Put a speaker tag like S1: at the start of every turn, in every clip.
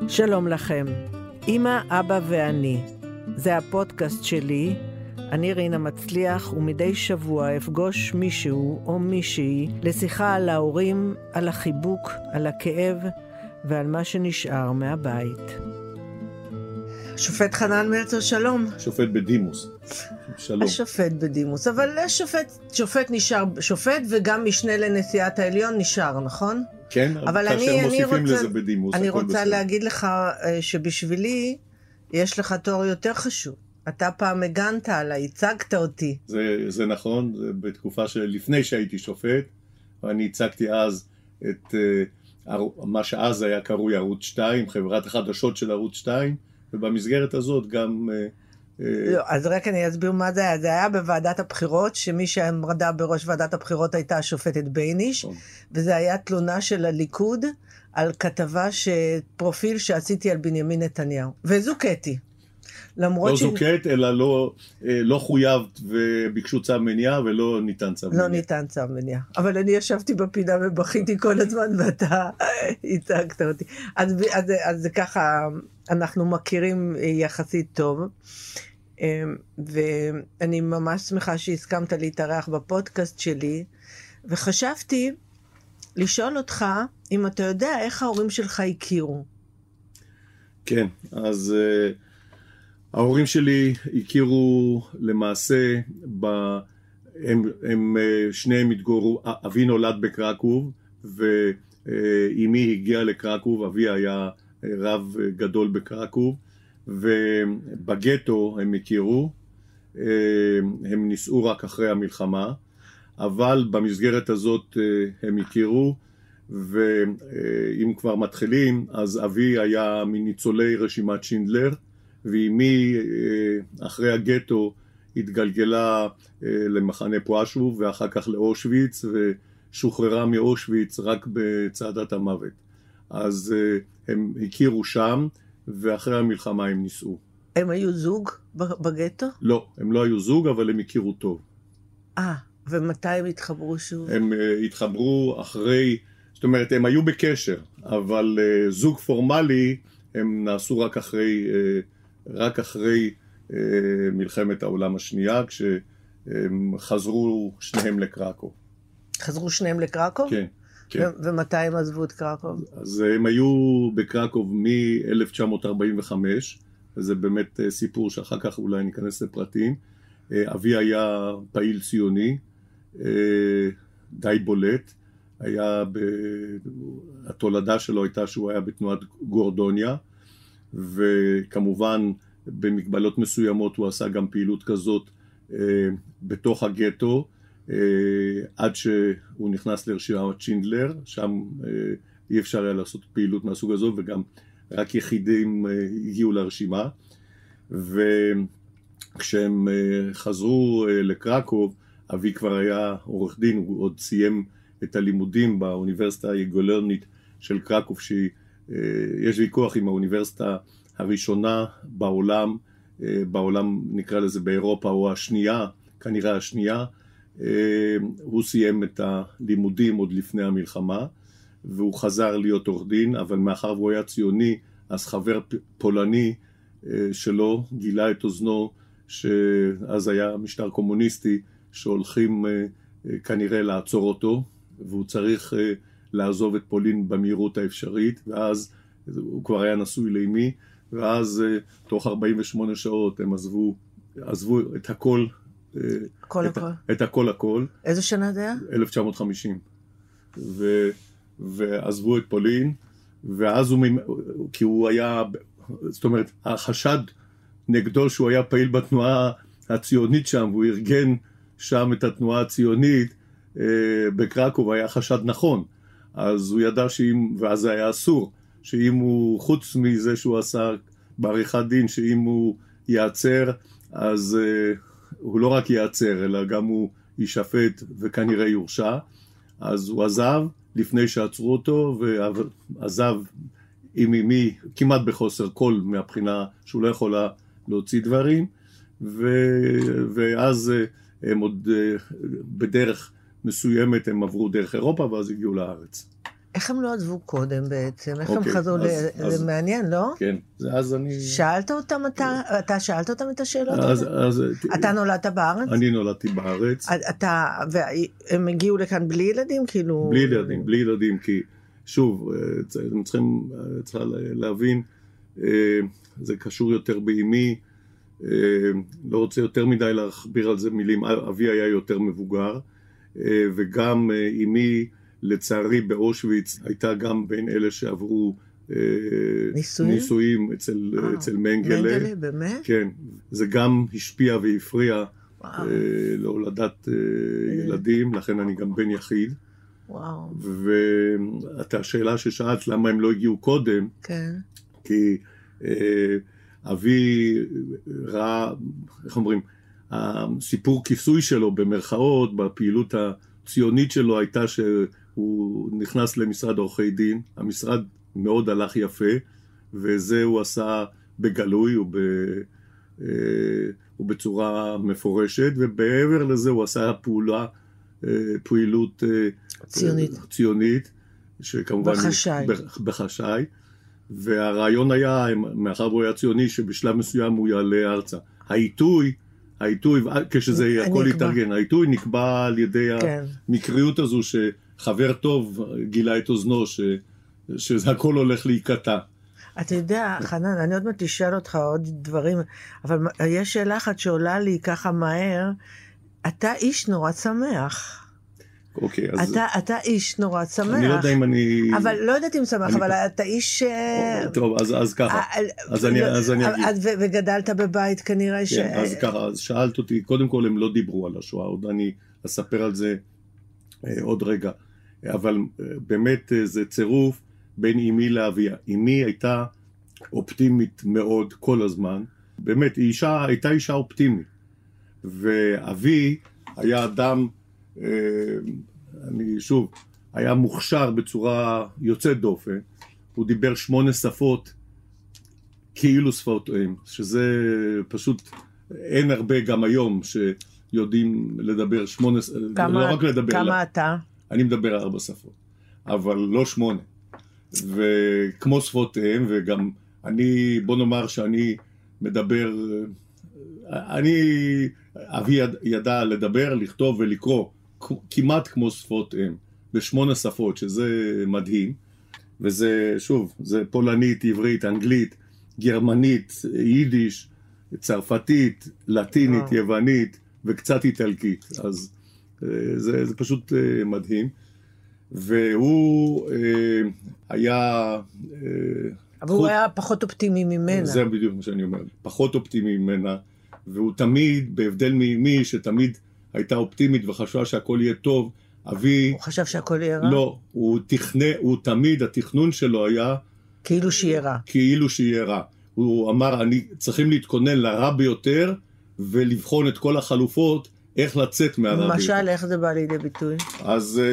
S1: שלום לכם, אמא, אבא ואני. זה הפודקאסט שלי, אני רינה מצליח, ומדי שבוע אפגוש מישהו או מישהי לשיחה על ההורים, על החיבוק, על הכאב ועל מה שנשאר מהבית. שופט חנן מלצר, שלום.
S2: שופט בדימוס, שלום.
S1: השופט בדימוס, אבל שופט נשאר שופט, וגם משנה לנשיאת העליון נשאר, נכון?
S2: כן, אבל כאשר מוסיפים לזה בדימוס,
S1: אני רוצה להגיד לך שבשבילי יש לך תואר יותר חשוב. אתה פעם הגנת עליי, הצגת אותי.
S2: זה נכון, זה בתקופה שלפני שהייתי שופט, ואני הצגתי אז את מה שאז היה קרוי ערוץ 2, חברת החדשות של ערוץ 2, ובמסגרת הזאת גם...
S1: לא, אז רק אני אסביר מה זה היה. זה היה בוועדת הבחירות, שמי שעמדה בראש ועדת הבחירות הייתה השופטת בייניש, וזה היה תלונה של הליכוד על כתבה פרופיל שעשיתי על בנימין נתניהו. וזוכתי.
S2: לא זוכת, אלא לא חויבת וביקשו צו מניעה ולא ניתן צו מניעה.
S1: לא ניתן צו מניעה. אבל אני ישבתי בפינה ובכיתי כל הזמן ואתה הצגת אותי. אז ככה אנחנו מכירים יחסית טוב. ואני ממש שמחה שהסכמת להתארח בפודקאסט שלי, וחשבתי לשאול אותך אם אתה יודע איך ההורים שלך הכירו.
S2: כן, אז ההורים שלי הכירו למעשה, הם שניהם התגוררו, אבי נולד בקרקוב, ואימי הגיעה לקרקוב, אבי היה רב גדול בקרקוב, ובגטו הם הכירו, הם נישאו רק אחרי המלחמה, אבל במסגרת הזאת הם הכירו, ואם כבר מתחילים, אז אבי היה מניצולי רשימת שינדלר, ואימי אחרי הגטו התגלגלה למחנה פואשוב, ואחר כך לאושוויץ, ושוחררה מאושוויץ רק בצעדת המוות. אז הם הכירו שם, ואחרי המלחמה הם נישאו.
S1: הם היו זוג בגטו?
S2: לא, הם לא היו זוג, אבל הם הכירו טוב.
S1: ומתי הם התחברו שוב?
S2: הם התחברו אחרי, זאת אומרת, הם היו בקשר, אבל זוג פורמלי הם נעשו רק אחרי מלחמת העולם השנייה, כשהם חזרו שניהם לקרקוב.
S1: חזרו שניהם לקרקוב?
S2: כן. כן.
S1: ומתי הם עזבו את קרקוב?
S2: אז הם היו בקרקוב מ-1945, וזה באמת סיפור שאחר כך אולי ניכנס לפרטים. אבי היה פעיל ציוני, די בולט, התולדה שלו הייתה שהוא היה בתנועת גורדוניה, וכמובן במגבלות מסוימות הוא עשה גם פעילות כזאת בתוך הגטו, עד שהוא נכנס לרשימת שינדלר, שם אי אפשר היה לעשות פעילות מהסוג הזו, וגם רק יחידים הגיעו לרשימה, וכשהם חזרו לקרקוב, אבי כבר היה עורך דין, הוא עוד סיים את הלימודים באוניברסיטה היגולרנית של קרקוב, שיש ויכוח עם האוניברסיטה הראשונה בעולם נקרא לזה באירופה, או השנייה, כנראה השנייה, הוא סיים את הלימודים עוד לפני המלחמה, והוא חזר להיות עורך דין, אבל מאחר והוא היה ציוני, אז חבר פולני שלו גילה את אוזנו, שאז היה משטר קומוניסטי, שהולכים כנראה לעצור אותו, והוא צריך לעזוב את פולין במהירות האפשרית, ואז הוא כבר היה נשוי לאמי, ואז תוך 48 שעות הם עזבו את הכל, את הכל.
S1: איזה שנה זה היה?
S2: 1950. ועזבו את פולין, ואז כי הוא היה, זאת אומרת, החשד נגדו שהוא היה פעיל בתנועה הציונית שם, והוא ארגן שם את התנועה הציונית, בקרקוב היה חשד נכון. אז הוא ידע ואז זה היה אסור, שאם הוא, חוץ מזה שהוא עשה בעריכת דין, שאם הוא יעצר, אז הוא לא רק ייעצר, אלא גם הוא יישפט וכנראה יורשע. אז הוא עזב לפני שעצרו אותו, ועזב עם אמי כמעט בחוסר כל מהבחינה שהוא לא יכול להוציא דברים, ואז הם עוד בדרך מסוימת הם עברו דרך אירופה, ואז הגיעו לארץ.
S1: איך הם לא עזבו קודם בעצם? איך הם
S2: אוקיי,
S1: חזרו? זה מעניין, לא?
S2: כן, אז אני...
S1: שאלת אותם אתה שאלת אותם את השאלות האלה? אתה נולדת בארץ?
S2: אני נולדתי בארץ.
S1: והם הגיעו לכאן בלי ילדים? כאילו...
S2: בלי ילדים, כי שוב, הם צריכה להבין, זה קשור יותר באמי, לא רוצה יותר מדי להכביר על זה מילים, אבי היה יותר מבוגר, וגם אמי, לצערי באושוויץ, הייתה גם בין אלה שעברו ניסויים אצל מנגלה.
S1: מנגלה, באמת?
S2: כן, זה גם השפיע והפריע להולדת ילדים, לכן אני גם בן יחיד.
S1: וואו.
S2: ואת השאלה ששאלת למה הם לא הגיעו קודם,
S1: כן.
S2: כי אבי ראה, איך אומרים, הסיפור כיסוי שלו במרכאות, בפעילות הציונית שלו הייתה שהוא נכנס למשרד עורכי דין, המשרד מאוד הלך יפה, וזה הוא עשה בגלוי ובצורה מפורשת, ובעבר לזה הוא עשה פעילות ציונית, שכמובן בחשאי, והרעיון היה, מאחר הוא היה ציוני, שבשלב מסוים הוא יעלה ארצה. העיתוי, כשזה הכל התארגן, העיתוי נקבע על ידי המקריות הזו, שחבר טוב גילה את אוזנו, שזה הכל הולך להיקטע.
S1: אתה יודע, חנן, אני עוד מעט אשאל אותך עוד דברים, אבל יש שאלה אחת שעולה לי ככה מהר, אתה איש נורא שמח.
S2: אוקיי, אז...
S1: אתה איש נורא שמח.
S2: אני לא יודע אם אני...
S1: אבל לא יודעת אם שמח, אבל אתה איש...
S2: טוב, אז ככה. אז אני אגיד.
S1: וגדלת בבית כנראה ש...
S2: כן, אז ככה, אז שאלת אותי, קודם כל הם לא דיברו על השואה, עוד אני אספר על זה עוד רגע. אבל באמת זה צירוף בין אמי לאביה. אמי הייתה אופטימית מאוד כל הזמן. באמת, הייתה אישה אופטימית. ואבי היה אדם... היה מוכשר בצורה יוצאת דופן, הוא דיבר 8 שפות כאילו שפות אם, שזה פשוט, אין הרבה גם היום שיודעים לדבר 8, לא רק לדבר.
S1: כמה אתה?
S2: אני מדבר 4 שפות, אבל לא 8, וכמו שפות אם, וגם אני, בוא נאמר שאני מדבר, אבי ידע לדבר, לכתוב ולקרוא, כמעט כמו שפות אם, ב8 שפות, שזה מדהים, וזה, שוב, זה פולנית, עברית, אנגלית, גרמנית, יידיש, צרפתית, לטינית, יוונית, וקצת איטלקית, אז זה פשוט מדהים, והוא היה...
S1: אבל הוא היה פחות אופטימי ממנה.
S2: זה בדיוק מה שאני אומר, פחות אופטימי ממנה, והוא תמיד, בהבדל ממי שתמיד הייתה אופטימית וחשבה שהכל יהיה טוב, אבי...
S1: הוא חשב שהכל יהיה רע?
S2: לא, הוא תמיד, התכנון שלו היה...
S1: כאילו שיהיה רע.
S2: כאילו שיהיה רע. הוא אמר, צריכים להתכונן לרע ביותר, ולבחון את כל החלופות, איך לצאת מהרע ביותר.
S1: למשל, איך זה בא לידי ביטוי?
S2: אז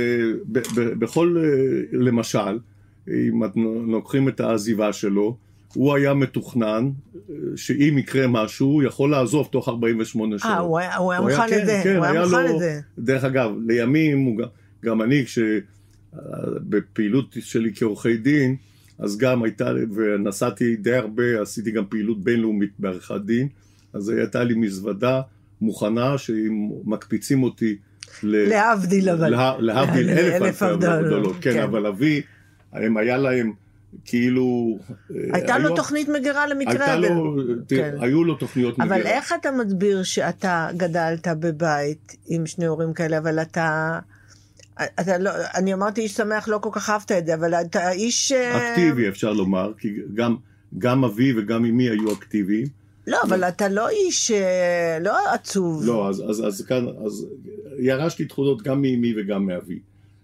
S2: למשל, אם לוקחים את העזיבה שלו, הוא היה מתוכנן, שאם יקרה משהו, הוא יכול לעזוב תוך 48 שעות.
S1: הוא היה מוכן לזה.
S2: כן, היה לו, דרך אגב, לימים, גם אני, בפעילות שלי כעורכי דין, אז גם הייתה, ונסעתי די הרבה, עשיתי גם פעילות בינלאומית בעריכת דין, אז הייתה לי מזוודה מוכנה, שאם מקפיצים אותי,
S1: להבדיל, אבל.
S2: להבדיל 1,000 דולר, כן, אבל אבי, היה להם, כאילו...
S1: הייתה לו תוכנית מגירה למקרה.
S2: היו לו תוכניות מגירה.
S1: אבל איך אתה מסביר שאתה גדלת בבית עם 2 הורים כאלה, אבל אתה לא, אני אמרתי איש שמח, לא כל כך אהבת את זה, אבל אתה איש...
S2: אקטיבי אפשר לומר, כי גם אבי וגם אמי היו אקטיביים.
S1: לא, אבל אתה לא איש, לא עצוב.
S2: לא, אז כאן, ירשתי תכונות גם מאמי וגם מאבי.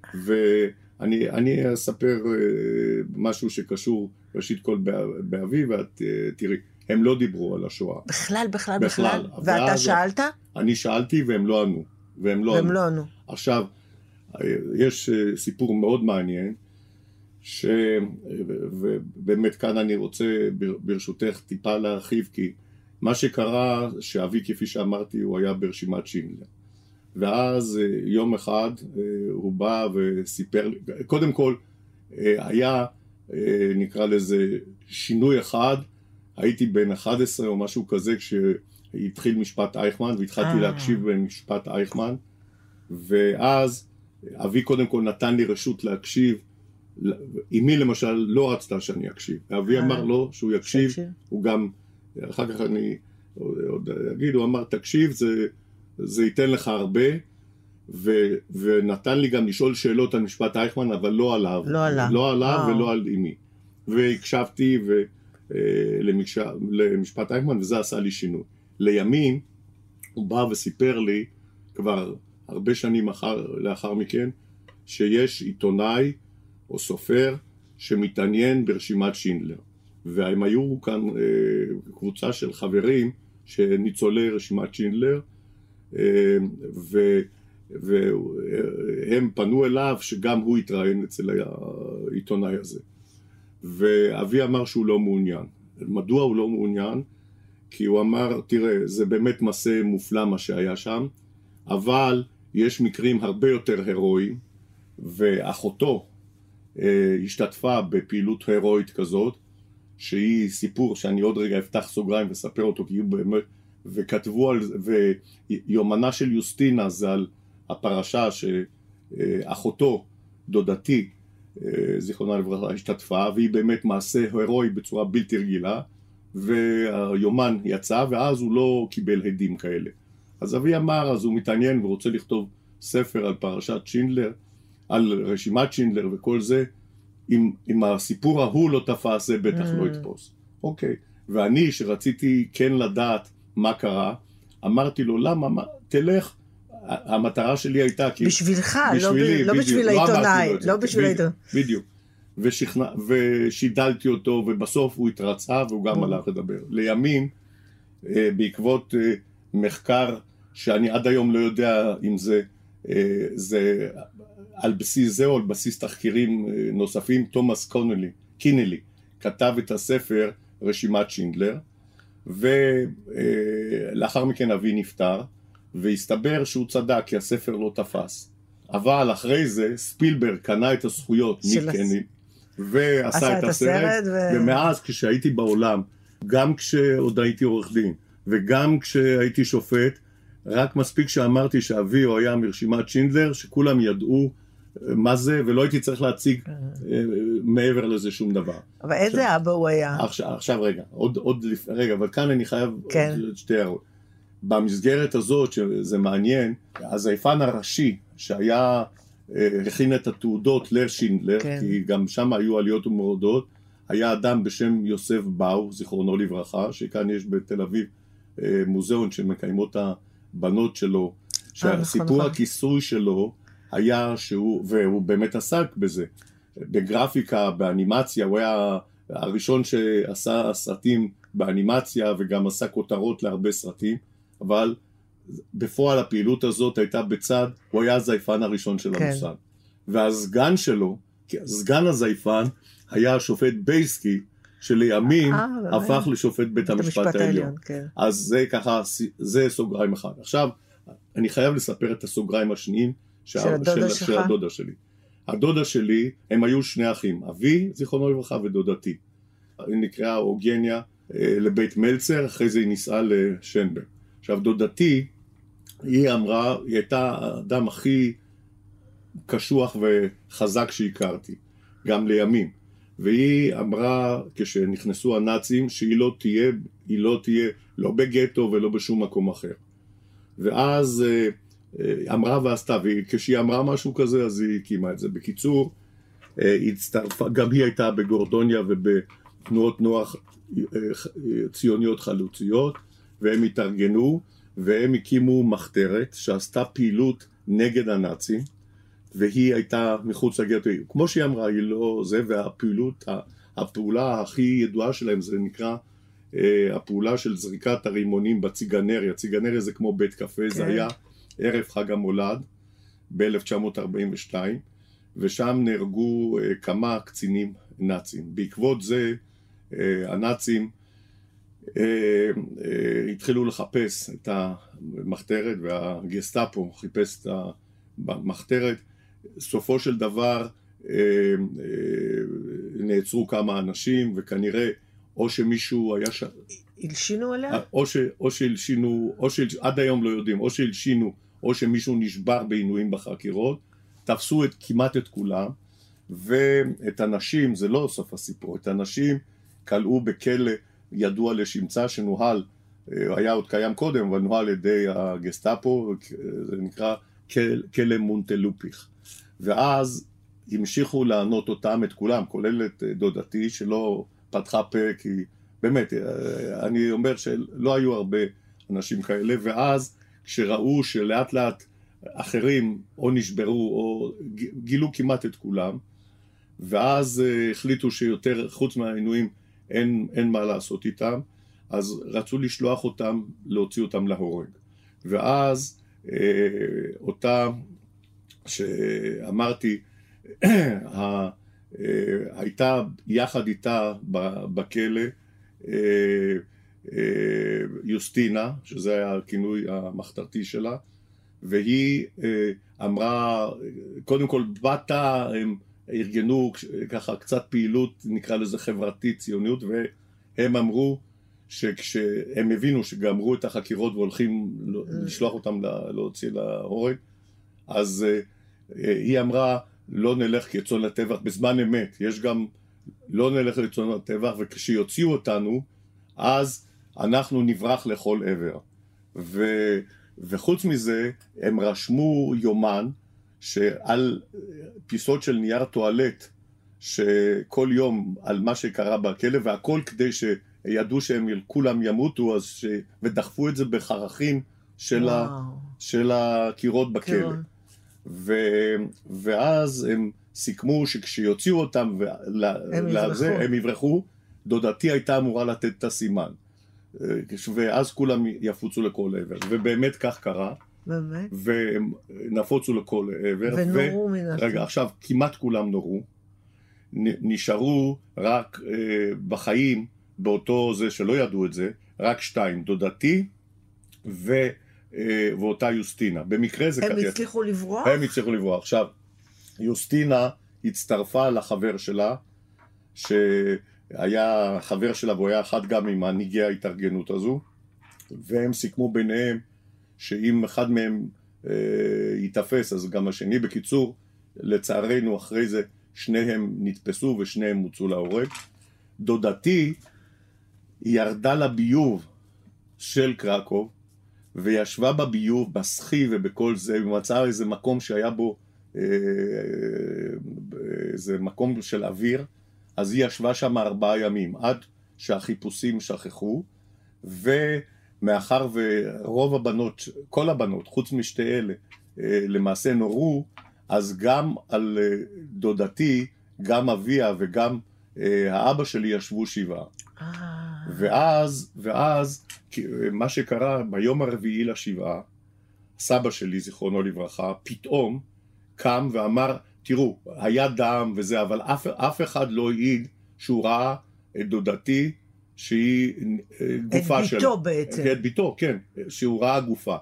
S2: אני אספר משהו שקשור ראשית כל באבי, ואת תראי, הם לא דיברו על השואה.
S1: בכלל. ואתה שאלת?
S2: אני שאלתי והם לא ענו. והם לא ענו. עכשיו, יש סיפור מאוד מעניין, ובאמת כאן אני רוצה ברשותך טיפה להרחיב, כי מה שקרה שאבי, כפי שאמרתי, הוא היה ברשימת שינדלר. ואז יום אחד הוא בא וסיפר לי, קודם כל, היה, נקרא לזה, שינוי אחד, הייתי בן 11 או משהו כזה, כשהתחיל משפט אייכמן, והתחלתי להקשיב במשפט אייכמן, ואז אבי קודם כל נתן לי רשות להקשיב, אמי למשל לא רצתה שאני אקשיב, אבי אמר לו שהוא יקשיב, הוא גם, אחר כך אני עוד אגיד, הוא אמר תקשיב, זה ייתן לך הרבה, ונתן לי גם לשאול שאלות על משפט אייכמן, אבל לא עליו, לא עליו ולא על אמי, והקשבתי למשפט אייכמן, וזה עשה לי שינוי. לימים הוא בא וסיפר לי כבר הרבה שנים לאחר מכן, שיש עיתונאי או סופר שמתעניין ברשימת שינדלר. והם היו כאן קבוצה של חברים שניצולי רשימת שינדלר, והם פנו אליו שגם הוא התראיין אצל העיתונאי הזה. ואבי אמר שהוא לא מעוניין. מדוע הוא לא מעוניין? כי הוא אמר, תראה, זה באמת מסע מופלא מה שהיה שם, אבל יש מקרים הרבה יותר הירואיים, ואחותו השתתפה בפעילות הירואית כזאת, שהיא סיפור שאני עוד רגע אפתח סוגריים וספר אותו, כי הוא באמת, וכתבו על זה, ויומנה של יוסטינה זה על הפרשה שאחותו, דודתי, זיכרונה לברכה, השתתפה, והיא באמת מעשה הירואי בצורה בלתי רגילה, והיומן יצא, ואז הוא לא קיבל הדים כאלה. אז אבי אמר, אז הוא מתעניין ורוצה לכתוב ספר על פרשת שינדלר, על רשימת שינדלר וכל זה, אם הסיפור ההוא לא תפס, זה בטח לא יתפוס. אוקיי. ואני, שרציתי כן לדעת מה קרה, אמרתי לו, למה? תלך. המטרה שלי הייתה,
S1: בשבילך, לא בשביל העיתונאי, לא בשביל העיתונאי.
S2: בדיוק. ושידלתי אותו, ובסוף הוא התרצה, והוא גם הלך לדבר. לימים, בעקבות מחקר, שאני עד היום לא יודע אם זה על בסיס זה או על בסיס תחקירים נוספים, תומאס קינלי כתב את הספר רשימת שינדלר, ולאחר מכן אבי נפטר, והסתבר שהוא צדק כי הספר לא תפס. אבל אחרי זה ספילברג קנה את הזכויות מקני, ועשה את הסרט, ומאז כשהייתי בעולם, גם כשעוד הייתי עורך דין, וגם כשהייתי שופט, רק מספיק שאמרתי שאבי הוא היה מרשימת שינדלר, שכולם ידעו מה זה, ולא הייתי צריך להציג מעבר לזה שום דבר.
S1: אבל איזה אבא הוא היה?
S2: עכשיו רגע, רגע, אבל כאן אני חייב שתי הערות. במסגרת הזאת, שזה מעניין, הזייפן הראשי שהיה, הכין את התעודות לשינדלר, כי גם שם היו עליות ומורדות, היה אדם בשם יוסף באו, זיכרונו לברכה, שכאן יש בתל אביב מוזיאון שמקיימות הבנות שלו, שהסיפור הכיסוי שלו היה והוא באמת עסק בזה, בגרפיקה, באנימציה, הוא היה הראשון שעשה סרטים באנימציה, וגם עשה כותרות להרבה סרטים, אבל בפועל הפעילות הזאת הייתה בצד, הוא היה הזייפן הראשון של המוסד. והסגן שלו, סגן הזייפן, היה השופט בייסקי, שלימים הפך לשופט בית המשפט העליון. אז זה ככה, זה סוגריים אחד. עכשיו, אני חייב לספר את הסוגריים השניים של הדודה שלי. הדודה שלי, הם היו שני אחים, אבי, זיכרונו לברכה, ודודתי. היא נקראה אוגניה לבית מלצר, אחרי זה היא נישאה לשנברג. עכשיו, דודתי, היא אמרה, היא הייתה האדם הכי קשוח וחזק שהכרתי, גם לימים. והיא אמרה, כשנכנסו הנאצים, שהיא לא תהיה לא בגטו ולא בשום מקום אחר. ואז אמרה ועשתה, וכשהיא אמרה משהו כזה, אז היא הקימה את זה. בקיצור, גם היא הייתה בגורדוניה ובתנועות נוח ציוניות חלוציות, והם התארגנו, והם הקימו מחתרת שעשתה פעילות נגד הנאצים, והיא הייתה מחוץ לגטו. כמו שהיא אמרה, היא לא זה, והפעולה הכי ידועה שלהם, זה נקרא הפעולה של זריקת הרימונים בציגנריה. ציגנריה זה כמו בית קפה, זה היה ערב חג המולד ב-1942, ושם נהרגו כמה קצינים נאצים. בעקבות זה, הנאצים התחילו לחפש את המחתרת, והגסטאפו חיפש את המחתרת. סופו של דבר נעצרו כמה אנשים, וכנראה או שמישהו היה שם...
S1: הלשינו עליה?
S2: או שהלשינו, עד היום לא יודעים, או שהלשינו, או שמישהו נשבר בעינויים בחקירות, תפסו כמעט את כולם, ואת הנשים, זה לא סוף הסיפור, את הנשים קלעו בכלא ידוע לשמצה שנוהל, היה עוד קיים קודם, אבל נוהל על ידי הגסטאפו, זה נקרא כלא מונטלופיך. ואז המשיכו לענות אותם, את כולם, כולל את דודתי, שלא פתחה פה, כי באמת, אני אומר שלא היו הרבה אנשים כאלה, ואז כשראו שלאט לאט אחרים או נשברו או גילו כמעט את כולם, ואז החליטו שיותר, חוץ מהעינויים, אין מה לעשות איתם, אז רצו לשלוח אותם, להוציא אותם להורג. ואז אותה שאמרתי, הייתה יחד איתה בכלא יוסטינה, שזה היה הכינוי המחתרתי שלה, והיא אמרה, קודם כל בתה, הם ארגנו ככה קצת פעילות, נקרא לזה חברתית, ציוניות, והם אמרו שכשהם הבינו שגמרו את החקירות והולכים לשלוח אותם להוציא להורג, אז היא אמרה, לא נלך כצאן לטבח בזמן אמת, יש גם לא נלך לצאן לטבח, וכשיוציאו אותנו, אז אנחנו נברח לכל עבר. וחוץ מזה, הם רשמו יומן, שעל פיסות של נייר טואלט, שכל יום על מה שקרה בכלא, והכל כדי שידעו שהם כולם ימותו, ודחפו את זה בחרכים של הקירות בכלא. ואז הם סיכמו שכשיוציאו אותם הם יברחו, דודתי הייתה אמורה לתת את הסימן. ואז כולם יפוצו לכל עבר. ובאמת כך קרה.
S1: באמת?
S2: והם נפוצו לכל עבר.
S1: ונורו מן הסתם.
S2: רגע, עכשיו כמעט כולם נורו. נשארו רק בחיים, באותו זה שלא ידעו את זה, רק 2, דודתי ואותה יוסטינה. במקרה זה...
S1: הם הצליחו לברוח?
S2: הם הצליחו לברוח. עכשיו, יוסטינה הצטרפה לחבר שלה, שהיה חבר שלה, והוא היה אחד גם עם מנהיגי ההתארגנות הזו, והם סיכמו ביניהם שאם אחד מהם יתפס, אז גם השני. בקיצור, לצערנו אחרי זה שניהם נתפסו ושניהם מוצאו להורג. דודתי ירדה לביוב של קרקוב, וישבה בביוב, בסחי ובכל זה, ומצאה איזה מקום שהיה בו, איזה מקום של אוויר, אז היא ישבה שם 4 ימים, עד שהחיפושים שכחו, ומאחר ורוב הבנות, כל הבנות, חוץ משתי אלה, למעשה נורו, אז גם על דודתי, גם אביה וגם האבא שלי ישבו 7. ואז מה שקרה ביום הרביעי לשבעה, סבא שלי, זיכרונו לברכה, פתאום קם ואמר, תראו, היה דם וזה, אבל אף אחד לא העיד שהוא ראה את דודתי, שהיא גופה שלה.
S1: את ביתו בעצם.
S2: את ביתו, כן, שהוא ראה גופה.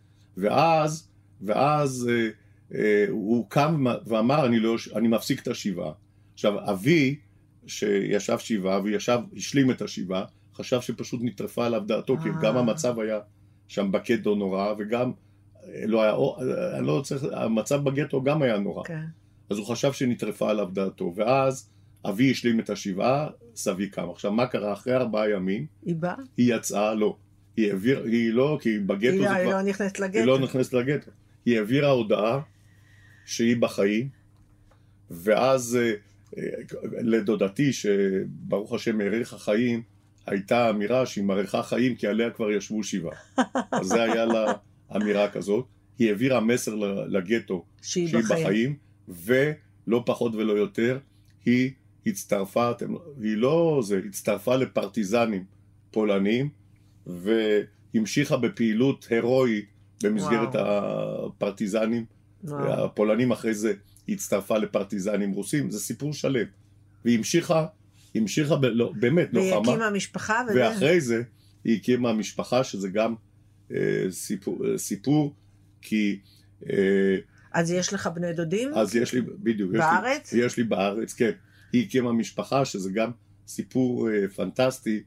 S2: ואז הוא קם ואמר, אני מפסיק את השבעה. עכשיו, אבי, שישב 7 והשלים את השבעה, חשב שפשוט נטרפה עליו דעתו, כי גם המצב היה שם בגטו נורא, וגם לא היה, אני לא צריך, המצב בגטו גם היה נורא. אז הוא חשב שנטרפה עליו דעתו, ואז אבי השלים את השבעה, סבי קם. עכשיו, מה קרה? אחרי 4 ימים,
S1: היא באה?
S2: היא יצאה, לא. היא לא, כי בגטו זה כבר...
S1: היא לא נכנסת לגטו.
S2: היא לא נכנסת לגטו. היא העבירה הודעה שהיא בחיים, ואז לדודתי, שברוך השם העריך החיים, הייתה אמירה שהיא מעריכה חיים, כי עליה כבר ישבו 7. אז זה היה לה אמירה כזאת. היא העבירה מסר לגטו שהיא בחיים, ולא פחות ולא יותר, היא הצטרפה, הצטרפה לפרטיזנים פולנים, והמשיכה בפעילות הירואית במסגרת הפרטיזנים הפולנים. אחרי זה הצטרפה לפרטיזנים רוסים, זה סיפור שלם. והיא המשיכה באמת לוחמה.
S1: והיא הקימה משפחה.
S2: ואחרי זה היא הקימה משפחה, שזה גם סיפור, כי
S1: אז יש לך בני דודים?
S2: אז יש לי, בדיוק.
S1: בארץ?
S2: יש לי בארץ, כן. היא הקימה משפחה, שזה גם סיפור פנטסטי.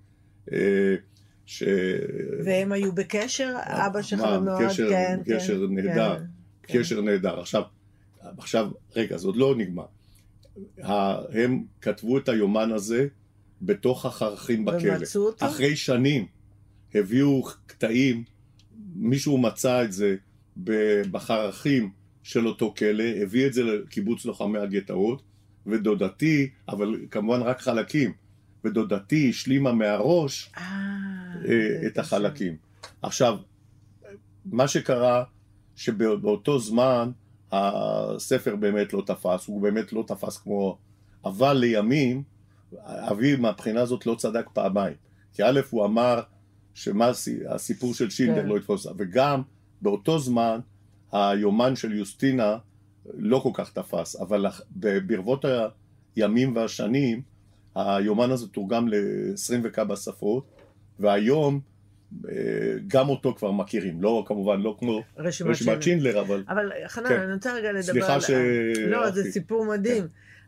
S1: והם היו בקשר? אבא שלך ומאוד?
S2: קשר נהדר. קשר נהדר. עכשיו, רגע, זה עוד לא נגמר. הם כתבו את היומן הזה בתוך החרכים בכלא.
S1: ומצאו אותו?
S2: אחרי שנים הביאו קטעים, מישהו מצא את זה בחרכים של אותו כלא, הביא את זה לקיבוץ לוחמי הגטאות, ודודתי, אבל כמובן רק חלקים, ודודתי השלימה מהראש את החלקים. עכשיו, מה שקרה, שבאותו זמן הספר באמת לא תפס, הוא באמת לא תפס כמו, אבל לימים, אבי מהבחינה הזאת לא צדק פעמיים. כי א' הוא אמר שהסיפור של שינדלר לא יתפוס, וגם באותו זמן היומן של יוסטינה לא כל כך תפס, אבל ברבות הימים והשנים היומן הזה תורגם ל-20 וכמה שפות, והיום גם אותו כבר מכירים, לא כמובן לא כמו רשימת שינדלר,
S1: אבל חנן, אני רוצה רגע לדבר על... לא, זה סיפור מדהים.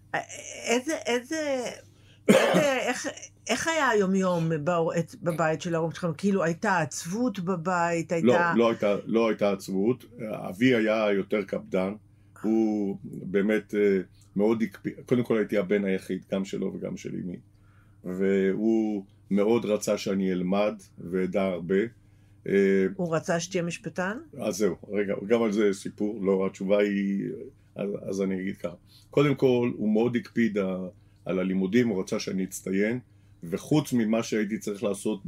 S1: איך היה היום-יום בבית של ההורים שלכם? כאילו הייתה עצבות בבית?
S2: לא הייתה עצבות. אבי היה יותר קפדן. הוא באמת מאוד הקפיד. קודם כל הייתי הבן היחיד, גם שלו וגם של אמי. והוא מאוד רצה שאני אלמד וידע הרבה.
S1: הוא רצה שתהיה משפטן?
S2: אז זהו, רגע, גם על זה סיפור. לא, התשובה היא... אז אני אגיד ככה. קודם כל, הוא מאוד הקפיד על הלימודים, הוא רצה שאני אצטיין, וחוץ ממה שהייתי צריך לעשות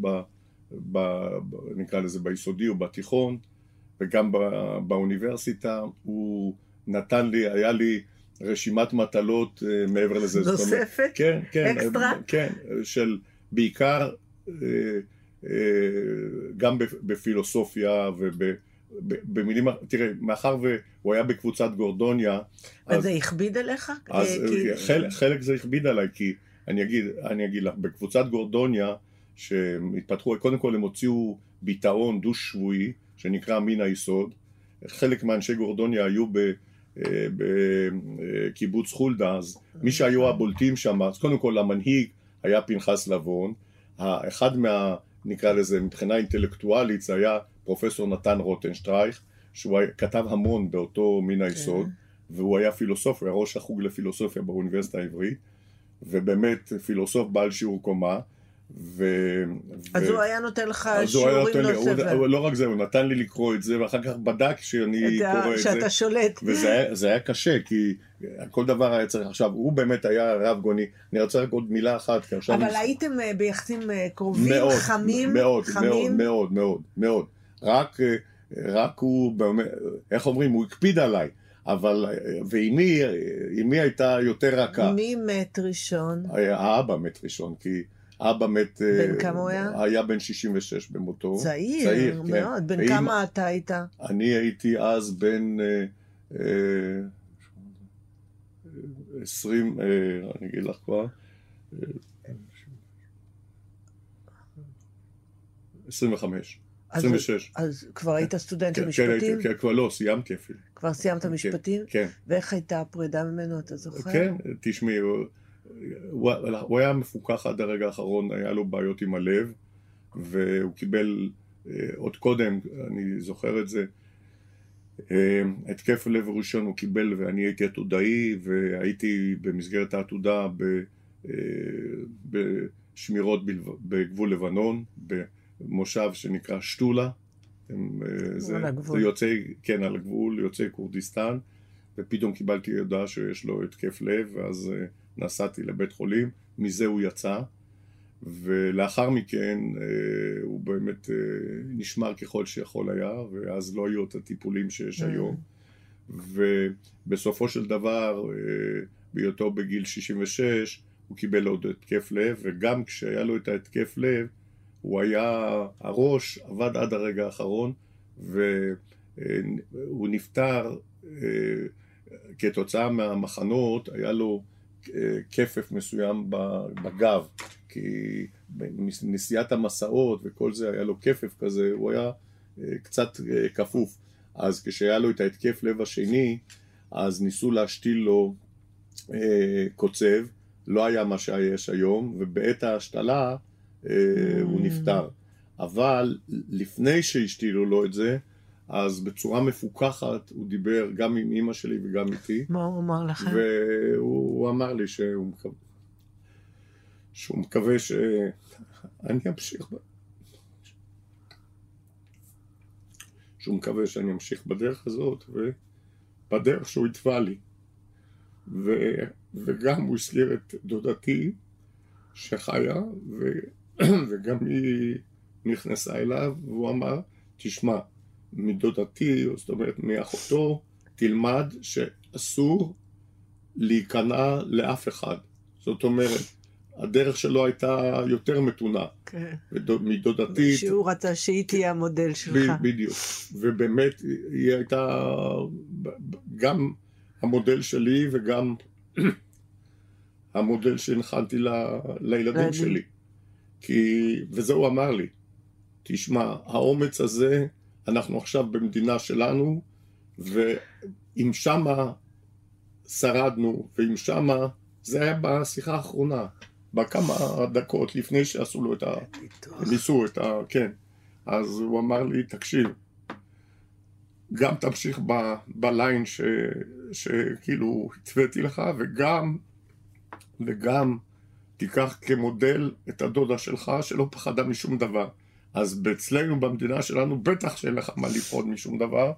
S2: נקרא לזה ביסודי או בתיכון, וגם באוניברסיטה, הוא נתן לי, היה לי רשימת מטלות מעבר לזה.
S1: נוספת?
S2: כן, כן.
S1: אקסטרה?
S2: כן, של בעיקר גם בפילוסופיה במילים, תראה, מאחר והוא היה בקבוצת גורדוניה...
S1: אז זה הכביד עליך?
S2: אז חלק זה הכביד עליי, כי אני אגיד לך, בקבוצת גורדוניה, שהתפתחו, קודם כל הם הוציאו ביטאון דו שבועי, שנקרא מן היסוד. חלק מאנשי גורדוניה היו בקיבוץ חולדה, אז מי שהיו הבולטים שם, אז קודם כל המנהיג היה פנחס לבון, אחד נקרא לזה, מבחינה אינטלקטואלית, זה היה פרופסור נתן רוטנשטרייך, שהוא כתב המון באותו מן היסוד, והוא היה פילוסוף, הוא היה ראש החוג לפילוסופיה באוניברסיטה העברית, ובאמת פילוסוף בעל שיעור קומה.
S1: אז הוא היה נותן לך שיעורים נוספים.
S2: לא רק זה, הוא נתן לי לקרוא את זה, ואחר כך בדק שאני קורא את זה.
S1: שאתה שולט.
S2: וזה היה קשה, כי כל דבר היה צריך. עכשיו, הוא באמת היה רב גוני. אני רוצה רק עוד מילה אחת.
S1: אבל הייתם ביחסים קרובים, חמים?
S2: מאוד, מאוד, מאוד, מאוד. רק הוא, איך אומרים, הוא הקפיד עליי. אבל, ואמי הייתה יותר רכה.
S1: מי מת ראשון?
S2: האבא מת ראשון, כי אבא מת...
S1: בן כמה הוא היה?
S2: היה בן 66 במותו.
S1: צעיר מאוד. בן כמה אתה היית?
S2: אני הייתי אז בן 20, אני אגיד לך כבר, 25. 26.
S1: אז כבר היית סטודנט למשפטים?
S2: כן, כבר לא, סיימתי אפילו.
S1: כבר סיימת משפטים?
S2: כן.
S1: ואיך הייתה הפרידה ממנו, אתה זוכר?
S2: כן, תשמעי, הוא היה מפוקח עד הרגע האחרון, היה לו בעיות עם הלב, והוא קיבל, עוד קודם, אני זוכר את זה, התקף לב ראשון הוא קיבל, ואני הייתי עתודאי, והייתי במסגרת העתודה בשמירות בגבול לבנון, מושב שנקרא שטולה, זה יוצאי, כן, על הגבול, יוצאי כורדיסטן, ופתאום קיבלתי ידעה שיש לו התקף לב, ואז נסעתי לבית חולים, מזה הוא יצא, ולאחר מכן הוא באמת נשמר ככל שיכול היה, ואז לא היו את הטיפולים שיש היום, ובסופו של דבר, בהיותו בגיל 66, הוא קיבל עוד התקף לב, וגם כשהיה לו את ההתקף לב, הוא היה, הראש עבד עד הרגע האחרון, והוא נפטר כתוצאה מהמחנות, היה לו כפף מסוים בגב, כי בנסיעת המסעות וכל זה היה לו כפף כזה, הוא היה קצת כפוף. אז כשהיה לו את ההתקף לב השני, אז ניסו להשתיל לו קוצב, לא היה מה שיש היום, ובעת ההשתלה הוא נפטר. אבל לפני שהשתילו לו את זה, אז בצורה מפוקחת הוא דיבר גם עם אמא שלי וגם איתי.
S1: מה הוא אמר לכם?
S2: והוא אמר לי שהוא מקווה שאני אמשיך שהוא מקווה שאני אמשיך בדרך הזאת ובדרך שהוא התווה לי. וגם הוא הזכיר את דודתי שחיה, וגם היא נכנסה אליו, והוא אמר, תשמע, מדודתי, זאת אומרת מאחותו, תלמד שאסור להיכנע לאף אחד. זאת אומרת, הדרך שלו הייתה יותר מתונה.
S1: כן.
S2: מדודתי...
S1: שהוא רצה שהיא תהיה המודל שלך.
S2: בדיוק. ובאמת היא הייתה גם המודל שלי וגם המודל שהנחנתי לילדים שלי. וזה הוא אמר לי, תשמע, האומץ הזה, אנחנו עכשיו במדינה שלנו, ואם שמה שרדנו, ואם שמה, זה היה בשיחה האחרונה, בכמה דקות לפני שעשו לו ניסו כן. אז הוא אמר לי, תקשיב, גם תמשיך בליין שכאילו התוויתי לך, וגם תיקח כמודל את הדודה שלך שלא פחדה משום דבר. אז אצלנו במדינה שלנו בטח שאין לך מה לפחוד משום דבר,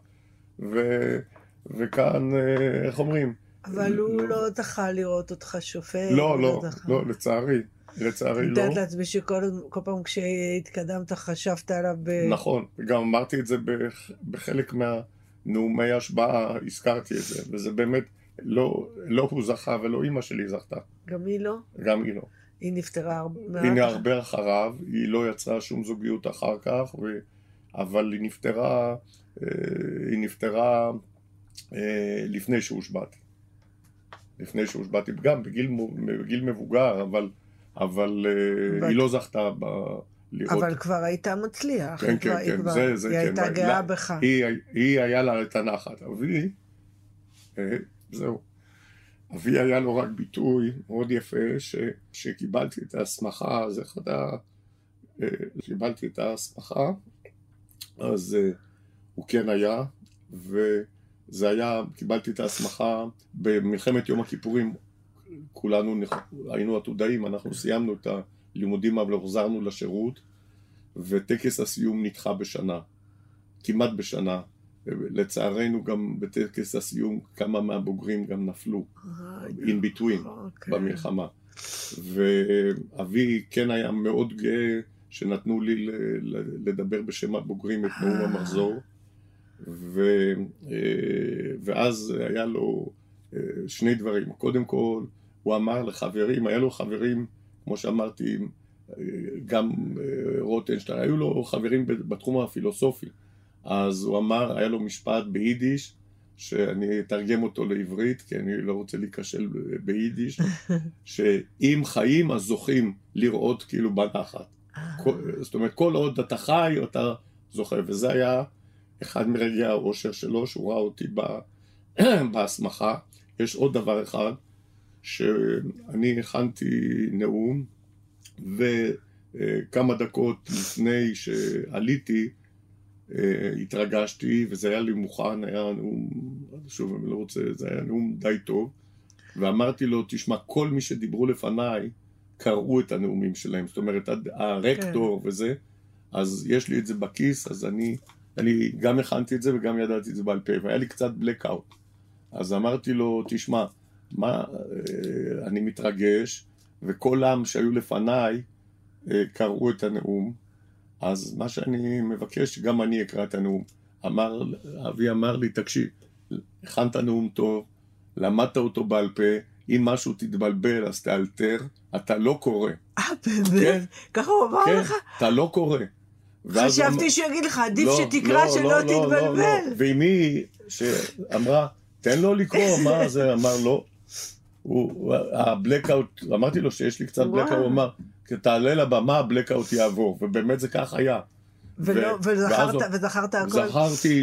S2: וכאן, איך אומרים?
S1: אבל הוא לא דחה לראות אותך שופט.
S2: לא, לצערי לא.
S1: אני יודעת לעצמי שכל פעם כשהתקדמת חשבת עליו
S2: נכון, וגם אמרתי את זה בחלק מהנאומי השבעה, הזכרתי את זה, וזה באמת לא הוא זכה ולא אמא שלי זכתה.
S1: גם היא לא?
S2: גם היא לא.
S1: היא נפטרה
S2: הרבה אחריו, היא לא יצרה שום זוגיות אחר כך, אבל היא נפטרה לפני שהושבעתי. לפני שהושבעתי, גם בגיל מבוגר, אבל היא לא זכתה לראות.
S1: אבל כבר הייתה מצליח.
S2: כן,
S1: היא הייתה גאה בך.
S2: היא היה לה את הנחת. אבי, זהו. אבי היה לו רק ביטוי מאוד יפה, שקיבלתי את ההסמכה, קיבלתי את ההסמכה, אז הוא כן היה, וזה היה, קיבלתי את ההסמכה במלחמת יום הכיפורים, כולנו היינו עתודאים, אנחנו סיימנו את הלימודים, אבל חזרנו לשירות, וטקס הסיום נדחה בשנה, כמעט בשנה. לצערנו גם בטקס הסיום כמה מהבוגרים גם נפלו in between במלחמה. ואבי כן היה מאוד גאה שנתנו לי לדבר בשם הבוגרים את נאום המחזור, ואז היה לו שני דברים. קודם כל הוא אמר לחברים, היה לו חברים כמו שאמרתי גם רוטנשטיין, היו לו חברים בתחום הפילוסופי. אז הוא אמר, היה לו משפט ביידיש, שאני אתרגם אותו לעברית, כי אני לא רוצה להיכשל ביידיש, שאם חיים אז זוכים לראות כאילו בנחת. זאת אומרת, כל עוד אתה חי, אתה זוכה, וזה היה אחד מרגעי האושר שלו, שהוא ראה אותי בהסמכה. יש עוד דבר אחד, שאני הכנתי נאום, וכמה דקות לפני שעליתי, התרגשתי, וזה היה לי מוכן, היה נאום, שוב, אני לא רוצה, זה היה נאום די טוב, ואמרתי לו, תשמע, כל מי שדיברו לפניי, קראו את הנאומים שלהם, זאת אומרת, הרקטור וזה, אז יש לי את זה בכיס, אז אני גם הכנתי את זה וגם ידעתי את זה בעל פה, והיה לי קצת בלקאוט. אז אמרתי לו, תשמע, אני מתרגש, וכל עם שהיו לפניי, קראו את הנאום, אז מה שאני מבקש, גם אני אקרא את הנאום. אבי אמר לי, תקשיב, הכנת נאום טוב, למדת אותו בעל פה, אם משהו תתבלבל, אז תאלתר, אתה לא קורא.
S1: באמת? ככה הוא אמר לך?
S2: אתה לא קורא.
S1: חשבתי שהוא יגיד לך, עדיף שתקרא שלא תתבלבל.
S2: ואמי שאמרה, תן לו לקרוא, מה זה? אמר לא. הבלקאוט, אמרתי לו שיש לי קצת בלקאוט, הוא אמר, תעלה לבמה, הבלקאוט יעבור, ובאמת זה כך היה.
S1: וזכרת הכל?
S2: זכרתי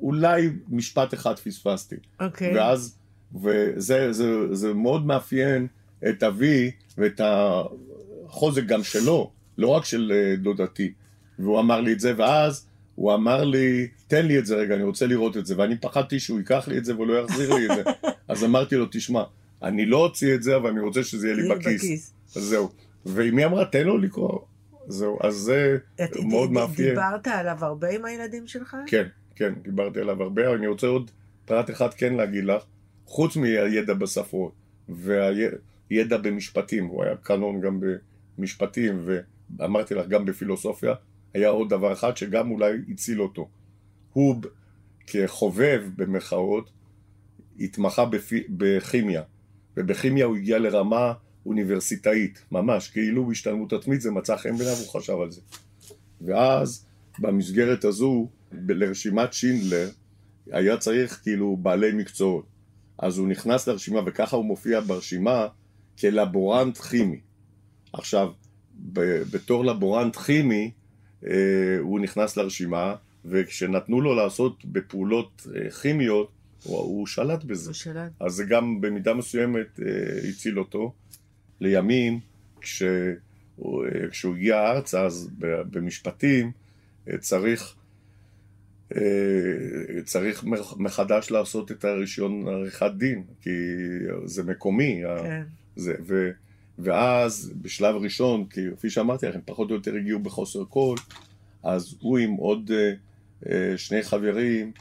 S2: אולי משפט אחד פספסתי.
S1: אוקיי.
S2: ואז, וזה מאוד מאפיין את אבי ואת החוזק גם שלו, לא רק של דודתי. והוא אמר לי את זה, ואז הוא אמר לי, תן לי את זה רגע, אני רוצה לראות את זה, ואני פחדתי שהוא ייקח לי את זה ולא יחזיר לי את זה. אז אמרתי לו, תשמע, אני לא אוציא את זה, אבל אני רוצה שזה יהיה לי בכיס. אז זהו. ואמי אמרה, תן לו לקרוא. זהו, אז זה מאוד מאפיין.
S1: דיברת עליו הרבה עם הילדים שלך?
S2: כן, כן, דיברתי עליו הרבה, אני רוצה עוד פרט אחד כן להגיד לך, חוץ מהידע בספרות, והידע במשפטים, הוא היה קנון גם במשפטים, ואמרתי לך גם בפילוסופיה, היה עוד דבר אחד שגם אולי הציל אותו. הוא כחובב במחאות, התמחה בכימיה, ובכימיה הוא הגיע לרמה אוניברסיטאית, ממש, כאילו בהשתלמות עצמית זה מצא חן בעיניו, הוא חשב על זה. ואז במסגרת הזו, לרשימת שינדלר, היה צריך כאילו בעלי מקצועות. אז הוא נכנס לרשימה, וככה הוא מופיע ברשימה כלבורנט כימי. עכשיו, בתור לבורנט כימי, הוא נכנס לרשימה, וכשנתנו לו לעשות בפעולות כימיות, הוא שלט בזה.
S1: הוא שלט.
S2: אז זה גם במידה מסוימת הציל אותו. לימים, כשהוא הגיע ארצה, אז במשפטים, צריך מחדש לעשות את הרישיון עריכת דין, כי זה מקומי.
S1: כן.
S2: ואז בשלב ראשון, כפי שאמרתי לכם, פחות או יותר הגיעו בחוסר קול, אז הוא עם עוד שני חברים,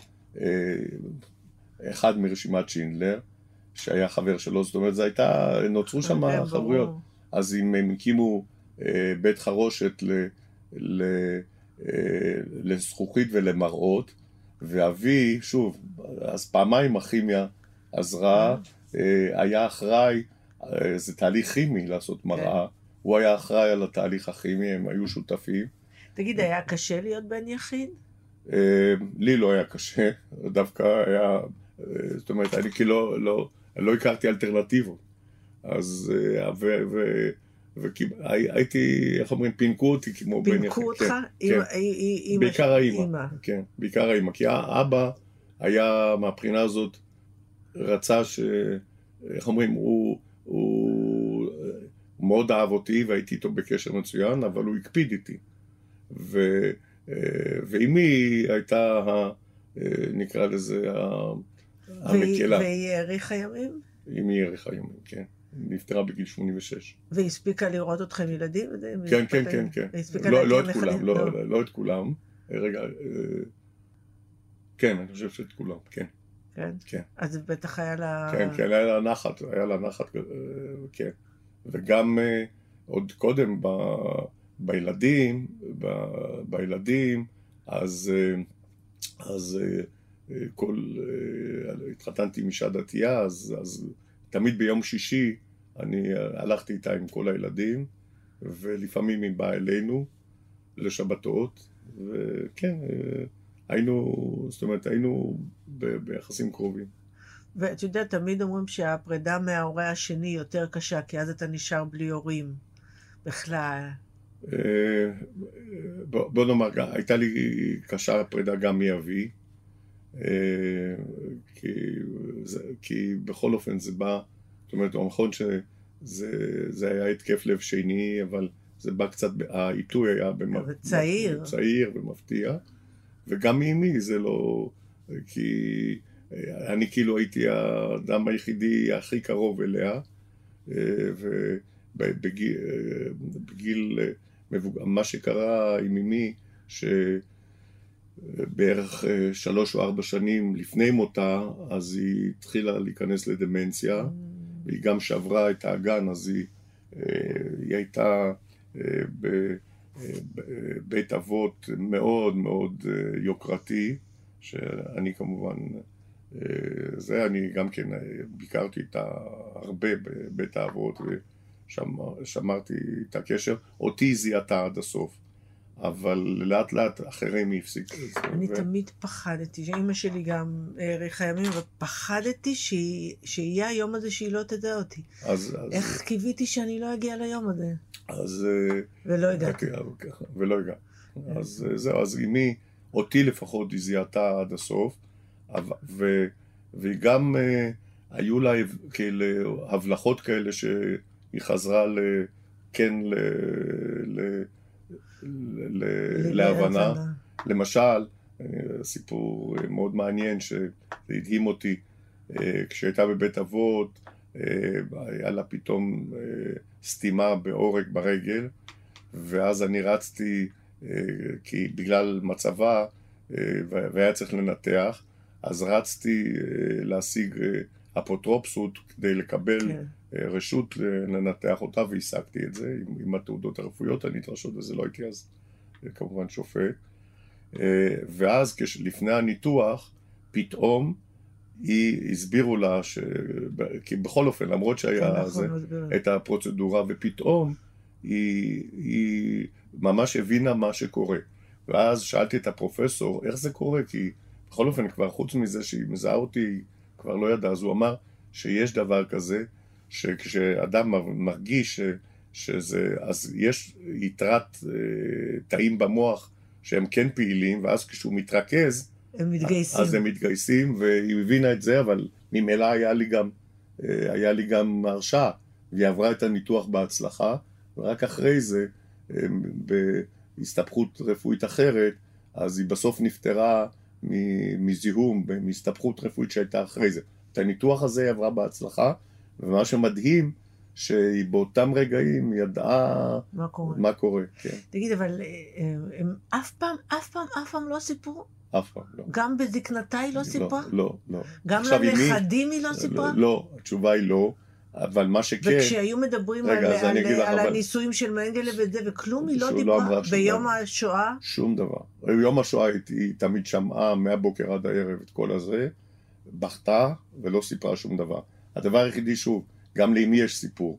S2: אחד מרשימת שינדלר, שהיה חבר שלו, זאת אומרת, נוצרו שם חברויות. אז הם הקימו בית חרושת לזכוכית ולמראות, ואבי, שוב, אז פעמיים הכימיה עזרה, היה אחראי, זה תהליך כימי לעשות מראה, הוא היה אחראי על התהליך הכימי, הם היו שותפים.
S1: תגיד, היה קשה להיות בן יחיד?
S2: לי לא היה קשה, דווקא היה, זאת אומרת, אני כאילו לא הכרתי אלטרנטיבות, אז, הייתי, איך אומרים, פינקו אותי כמו בן יחיד.
S1: פינקו אותך?
S2: בעיקר האמא. כן, בעיקר האמא, כי האבא היה מהבחינה הזאת, רצה איך אומרים, הוא מאוד אהב אותי והייתי איתו בקשר מצוין, אבל הוא הקפיד איתי. ואמי הייתה, נקרא לזה, המקלה.
S1: והיא האריכה ימים?
S2: אמי האריכה ימים, כן. נפטרה בגיל 86.
S1: והספיקה לראות אתכם ילדים?
S2: כן, כן, כן, כן. לא את כולם, לא את כולם. רגע, כן, אני חושב שאת כולם, כן.
S1: כן?
S2: כן.
S1: אז בטח היה לה...
S2: כן, כן, היה לה נחת, כן. וגם עוד קודם בילדים, אז התחתנתי עם אישה דתייה, אז תמיד ביום שישי אני הלכתי איתה עם כל הילדים, ולפעמים היא באה אלינו לשבתות, וכן, היינו ביחסים קרובים.
S1: ואתה יודע, תמיד אומרים שהפרידה מההורה השני יותר קשה, כי אז אתה נשאר בלי הורים בכלל.
S2: בוא נאמר, הייתה לי קשה הפרידה גם מאבי, כי בכל אופן זה בא, זאת אומרת, נכון שזה היה התקף לב שני, אבל זה בא קצת, העיתוי היה צעיר ומפתיע, וגם מאמי זה לא, כי אני כאילו הייתי האדם היחידי הכי קרוב אליה, ובגיל מבוגר, מה שקרה עם אמי, שבערך 3 או 4 שנים לפני מותה, אז היא התחילה להיכנס לדמנציה, והיא גם שברה את האגן, אז היא הייתה בבית אבות מאוד מאוד יוקרתי, שאני כמובן, אני גם כן ביקרתי איתה הרבה בבית האבות, ושמרתי את הקשר, אותי זיהתה עד הסוף, אבל לאט לאט אחרים הפסיקו את זה.
S1: אני תמיד פחדתי, שאמא שלי גם האריכה ימים, ופחדתי שיהיה היום הזה שהיא לא תדע אותי. איך קיוויתי שאני לא אגיע ליום הזה? ולא הגעתי.
S2: ולא הגעתי. אז זהו, אז אמי, אותי לפחות היא זיהתה עד הסוף, וגם היו לה כאילו הבלחות כאלה שהיא חזרה להבנה. למשל, סיפור מאוד מעניין שהדהים אותי, כשהייתה בבית אבות, היה לה פתאום סתימה בעורק ברגל, ואז אני רצתי, כי בגלל מצבה, והיה צריך לנתח, אז רצתי להשיג אפוטרופסות כדי לקבל רשות לנתח אותה, והשגתי את זה עם התעודות הרפואיות הנדרשות, וזה לא הייתי אז כמובן שופט. ואז לפני הניתוח, פתאום הסבירו לה, כי בכל אופן, למרות שהיה את הפרוצדורה, ופתאום היא ממש הבינה מה שקורה. ואז שאלתי את הפרופסור, איך זה קורה? כי בכל אופן, כבר חוץ מזה שהיא מזהה אותי, כבר לא ידע. אז הוא אמר שיש דבר כזה, שכשאדם מרגיש שזה, אז יש יתרת תאים במוח שהם כן פעילים, ואז כשהוא מתרכז,
S1: הם מתגייסים.
S2: אז הם מתגייסים, והיא הבינה את זה, אבל ממילא היה לי גם הרשעה, והיא עברה את הניתוח בהצלחה, ורק אחרי זה, בהסתבכות רפואית אחרת, אז היא בסוף נפטרה מזיהום, מהסתבכות רפואית שהייתה אחרי זה. את הניתוח הזה היא עברה בהצלחה, ומה שמדהים, שהיא באותם רגעים ידעה מה קורה. כן.
S1: תגיד, אבל הם אף פעם לא סיפרו?
S2: אף פעם, לא.
S1: גם בזקנתה היא לא סיפרה?
S2: לא.
S1: גם לנכדים היא לא סיפרה?
S2: לא, התשובה היא לא, אבל מה שכן...
S1: וכשהיו מדברים על הניסויים של מנגלה וזה, וכלום היא לא דיברה ביום השואה?
S2: שום דבר. ביום השואה היא תמיד שמעה מהבוקר עד הערב את כל הזה, בכתה ולא סיפרה שום דבר. הדבר היחידי שוב, גם לאמי יש סיפור.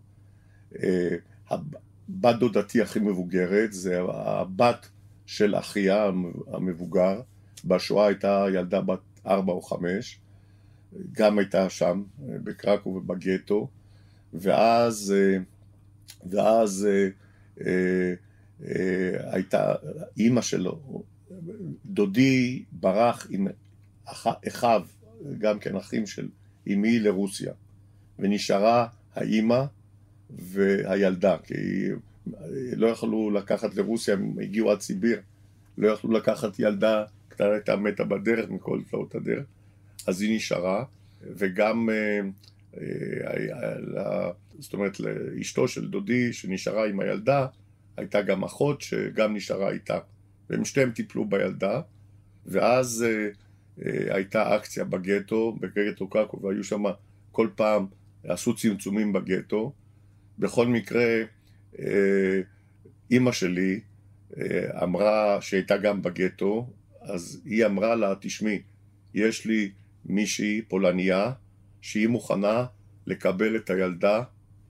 S2: הבת דודתי הכי מבוגרת, זה הבת של אחיה המבוגר, בשואה הייתה ילדה בת 4 או 5, גם הייתה שם, בקרקוב ובגטו, ואז הייתה אימא שלו, דודי ברח עם אחיו, גם כן אחים של אמי לרוסיה, ונשארה האימא והילדה, כי לא יכלו לקחת לרוסיה, הם הגיעו עד סיביר, לא יכלו לקחת ילדה, קטנה הייתה מתה בדרך מכל תלאות הדרך, אז היא נשארה, וגם, זאת אומרת, לאשתו של דודי שנשארה עם הילדה, הייתה גם אחות שגם נשארה איתה, והם שתיהם טיפלו בילדה, ואז הייתה אקציה בגטו קרקוב, והיו שם כל פעם, עשו צמצומים בגטו. בכל מקרה, אמא שלי אמרה שהייתה גם בגטו, אז היא אמרה לה, תשמעי, יש לי מישהי פולניה שהיא מוכנה לקבל את הילדה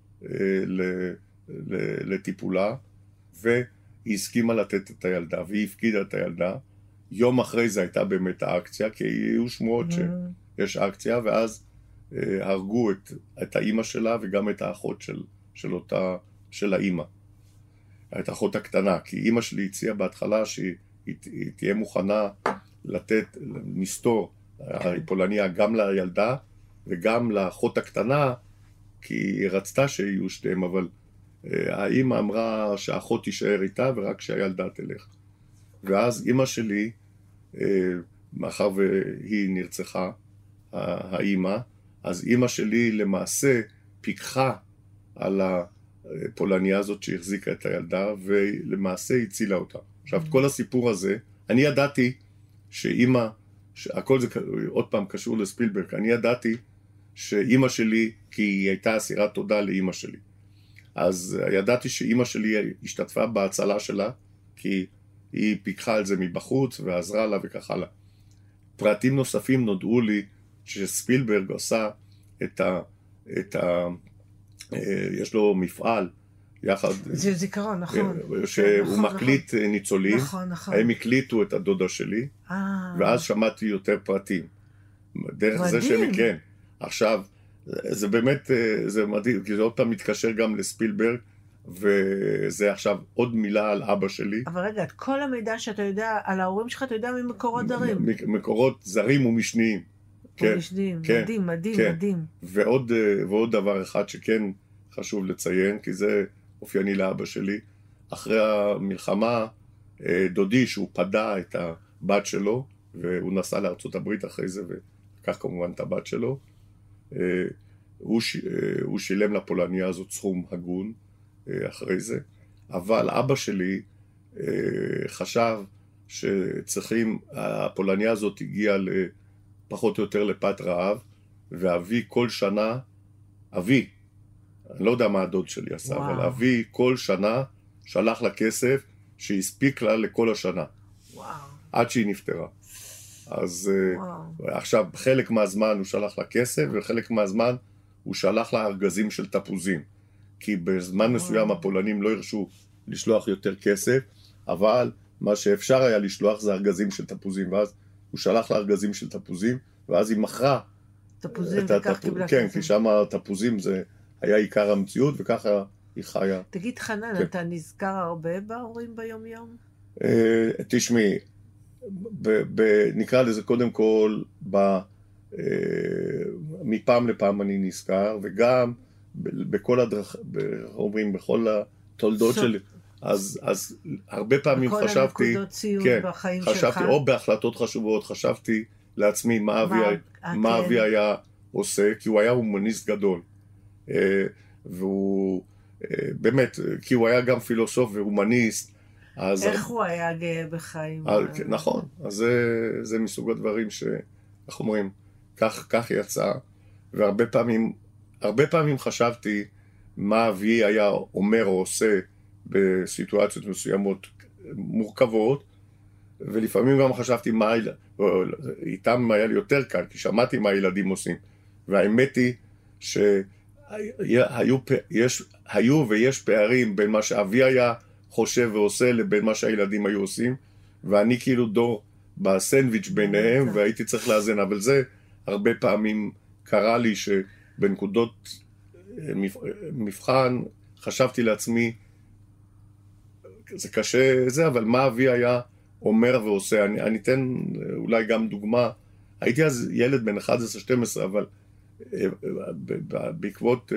S2: לטיפולה, והיא הסכימה לתת את הילדה, והיא הפקידה את הילדה. יום אחרי זה הייתה באמת האקציה, כי היו שמועות שיש אקציה, ואז הרגו את האימא שלה וגם את האחות של האימא, את האחות הקטנה, כי אימא שלי הציעה בהתחלה שהיא תהיה מוכנה לתת מסתור פולניה גם לילדה וגם לאחות הקטנה, כי היא רצתה שיהיו שתיהם, אבל האימא אמרה שהאחות תישאר איתה ורק שהילדה תלך. ואז אימא שלי, מאחר והיא נרצחה, האימא, אז אימא שלי למעשה פיקחה על הפולניה הזאת שהחזיקה את הילדה, ולמעשה הצילה אותה. עכשיו, כל הסיפור הזה, אני ידעתי שאימא, הכל זה עוד פעם קשור לספילברג, אני ידעתי שאימא שלי, כי היא הייתה אסירת תודה לאימא שלי, אז ידעתי שאימא שלי השתתפה בהצלה שלה, כי היא פיקחה על זה מבחוץ ועזרה לה וכך הלאה. פרטים נוספים נודעו לי שספילברג עושה יש לו מפעל יחד.
S1: זה זיכרון, נכון.
S2: שהוא מקליט ניצולים.
S1: נכון.
S2: הם הקליטו את הדודה שלי, ואז שמעתי יותר פרטים. דרך זה שהם, כן. עכשיו, זה באמת, זה מדהים, כי זה עוד פעם מתקשר גם לספילברג, וזה עכשיו עוד מילה על אבא שלי.
S1: אבל רגע, את כל המידע שאתה יודע על ההורים שלך, אתה יודע ממקורות זרים.
S2: מקורות זרים ומשניים. כן,
S1: משנים,
S2: כן,
S1: מדהים, מדהים,
S2: כן.
S1: מדהים.
S2: ועוד דבר אחד שכן חשוב לציין, כי זה אופייני לאבא שלי, אחרי המלחמה, דודי שהוא פדה את הבת שלו, והוא נסע לארצות הברית אחרי זה, וכך כמובן את הבת שלו, הוא שילם לפולניה הזאת סכום הגון אחרי זה, אבל אבא שלי חשב שצריכים, הפולניה הזאת הגיעה פחות או יותר לפת רעב, ואבי כל שנה, אני לא יודע מה הדוד שלי עשה,
S1: וואו.
S2: אבל אבי כל שנה שלח לה כסף שהספיק לה לכל השנה.
S1: וואו.
S2: עד שהיא נפטרה. אז
S1: וואו.
S2: עכשיו, חלק מהזמן הוא שלח לה כסף, וחלק מהזמן הוא שלח לה ארגזים של תפוזים. כי בזמן מסוים הפולנים לא הרשו לשלוח יותר כסף, אבל מה שאפשר היה לשלוח זה ארגזים של תפוזים, ואז הוא שלח לה ארגזים של תפוזים, ואז היא מכרה
S1: תפוזים וכך קיבלה
S2: כן,
S1: כסף.
S2: כי שם התפוזים זה היה עיקר המציאות, וככה היא חיה.
S1: תגיד חנן,
S2: כן.
S1: אתה נזכר הרבה בהורים ביום יום?
S2: תשמעי, נקרא לזה קודם כל, מפעם לפעם אני נזכר, וגם בכל אומרים, בכל התולדות שלי, אז הרבה פעמים
S1: בכל
S2: חשבתי,
S1: הנקודות ציון
S2: כן,
S1: בחיים
S2: חשבתי,
S1: שלך.
S2: או בהחלטות חשובות, חשבתי לעצמי מה אבי היה עושה, כי הוא היה הומניסט גדול. והוא באמת, כי הוא היה גם פילוסוף והומניסט.
S1: איך הוא היה גאה בחיים?
S2: נכון, אז זה מסוג הדברים איך אומרים, כך יצא, והרבה פעמים חשבתי מה אבי היה אומר או עושה בסיטואציות מסוימות מורכבות, ולפעמים גם חשבתי איתם היה לי יותר קל, כי שמעתי מה הילדים עושים, והאמת היא שהיו ויש פערים בין מה שאבי היה חושב ועושה לבין מה שהילדים היו עושים, ואני כאילו דור בסנדוויץ' ביניהם, והייתי צריך לאזן, אבל זה הרבה פעמים קרה לי שבנקודות מבחן חשבתי לעצמי, זה קשה זה, אבל מה אבי היה אומר ועושה. אני אתן אולי גם דוגמה, הייתי אז ילד בן 11-12, אבל בעקבות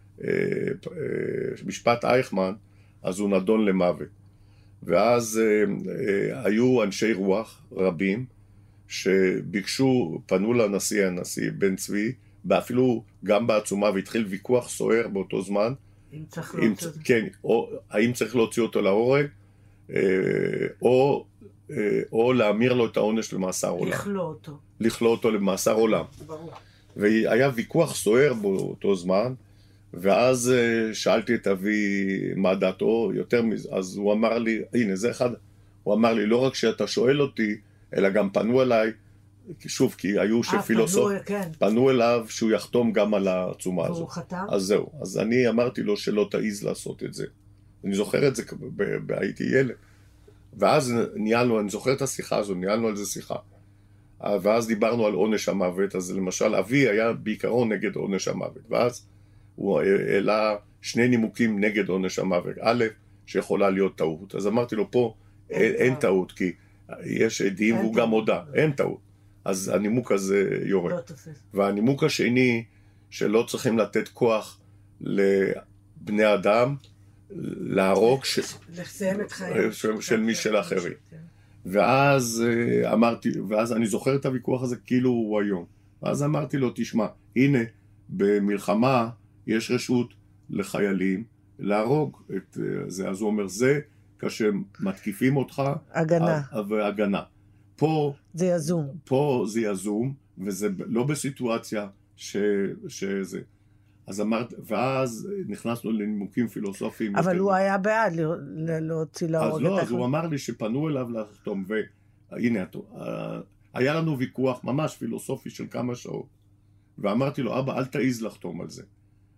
S2: משפט אייכמן, אז הוא נדון למוות. ואז היו אנשי רוח רבים שביקשו, פנו לנשיא, הנשיא בן צבי, ואפילו גם בעצומה, והתחיל ויכוח סוער באותו זמן.
S1: אם צריך להוציא אותו.
S2: כן, האם צריך להוציא אותו להורג, או להמיר לו את העונש למאסר עולם. לכלוא אותו למאסר עולם.
S1: ברור.
S2: והיה ויכוח סוער באותו זמן, ואז שאלתי את אבי מה דעתו, יותר מזה, אז הוא אמר לי, הנה זה אחד, הוא אמר לי, לא רק שאתה שואל אותי, אלא גם פנו אליי, שוב, כי היו שפילוסוף, פנו אליו שהוא יחתום גם על העצומה הזאת.
S1: והוא חתם?
S2: אז זהו, אז אני אמרתי לו שלא תעיז לעשות את זה. אני זוכר את זה, הייתי ילד. ואז ניהלנו, אני זוכר את השיחה הזו, ניהלנו על זה שיחה. ואז דיברנו על עונש המוות, אז למשל, אבי היה בעיקרון נגד עונש המוות, ואז הוא העלה שני נימוקים נגד עונש המוות. א', שיכולה להיות טעות. אז אמרתי לו, פה אין טעות, כי יש עדים והוא גם הודע, אין טעות. אז הנימוק הזה יורד. והנימוק השני, שלא צריכים לתת כוח לבני אדם, להרוג של מי של אחרים. ואז אמרתי, ואז אני זוכר את הוויכוח הזה כאילו הוא היום. ואז אמרתי לו, תשמע, הנה, במלחמה יש רשות לחיילים להרוג את זה. אז הוא אומר, זה כשמתקיפים אותך, הגנה. פה זה יזום, וזה לא בסיטואציה שזה. אז אמרת, ואז נכנסנו לנימוקים פילוסופיים.
S1: אבל הוא היה בעד להוציא להרוג.
S2: אז לא, אז הוא אמר לי שפנו אליו לחתום, והנה, היה לנו ויכוח ממש פילוסופי של כמה שעות, ואמרתי לו, אבא, אל תעיז לחתום על זה.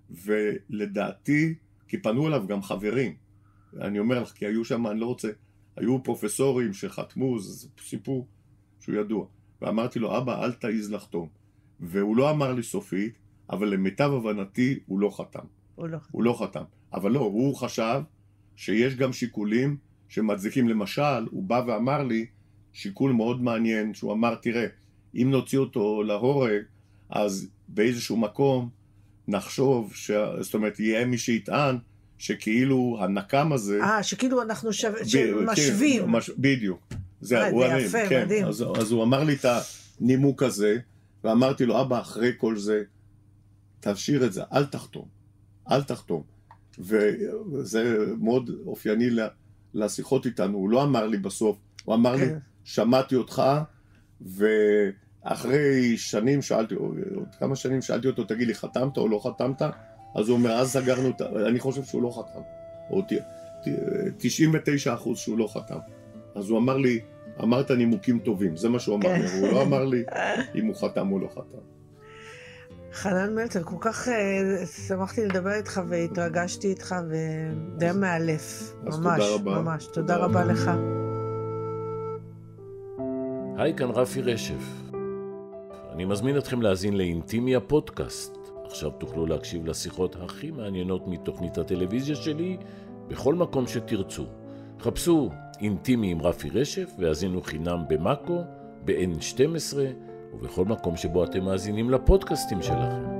S2: ולדעתי, כי פנו אליו גם חברים, אני אומר לך, כי היו שם, אני לא רוצה, היו פרופסורים שחתמו, זה סיפור שהוא ידוע. ואמרתי לו, אבא, אל תעיז לחתום. והוא לא אמר לי סופית, אבל למיטב הבנתי הוא לא חתם. הוא לא חתם. אבל לא, הוא חשב שיש גם שיקולים שמצדיקים. למשל, הוא בא ואמר לי שיקול מאוד מעניין, שהוא אמר, תראה, אם נוציא אותו להורג, אז באיזשהו מקום נחשוב, זאת אומרת, יהיה מי שיטען, שכאילו הנקם הזה...
S1: שכאילו אנחנו משווים.
S2: בדיוק.
S1: זה יפה, מדהים.
S2: אז הוא אמר לי את הנימוק הזה, ואמרתי לו, אבא, אחרי כל זה, תשאיר את זה, אל תחתום. אל תחתום. וזה מאוד אופייני לשיחות איתנו. הוא לא אמר לי בסוף, הוא אמר לי, שמעתי אותך, ואחרי שנים שאלתי, עוד כמה שנים שאלתי אותו, תגיד לי, חתמת או לא חתמת? אז הוא אומר, אז סגרנו, אני חושב שהוא לא חתם. או 99% שהוא לא חתם. אז הוא אמר לי, אמרת נימוקים טובים, זה מה שהוא אמר לי. הוא לא אמר לי אם הוא חתם או לא חתם.
S1: חנן מלצר, כל כך שמחתי לדבר איתך והתרגשתי איתך, ודי מאלף. ממש,
S2: תודה רבה.
S1: ממש. תודה רבה לך.
S3: היי, כאן רפי רשף. אני מזמין אתכם להאזין לאינטימי הפודקאסט. עכשיו תוכלו להקשיב לשיחות הכי מעניינות מתוכנית הטלוויזיה שלי בכל מקום שתרצו. חפשו אינטימי עם רפי רשף והאזינו חינם במאקו, ב-N12 ובכל מקום שבו אתם מאזינים לפודקאסטים שלכם.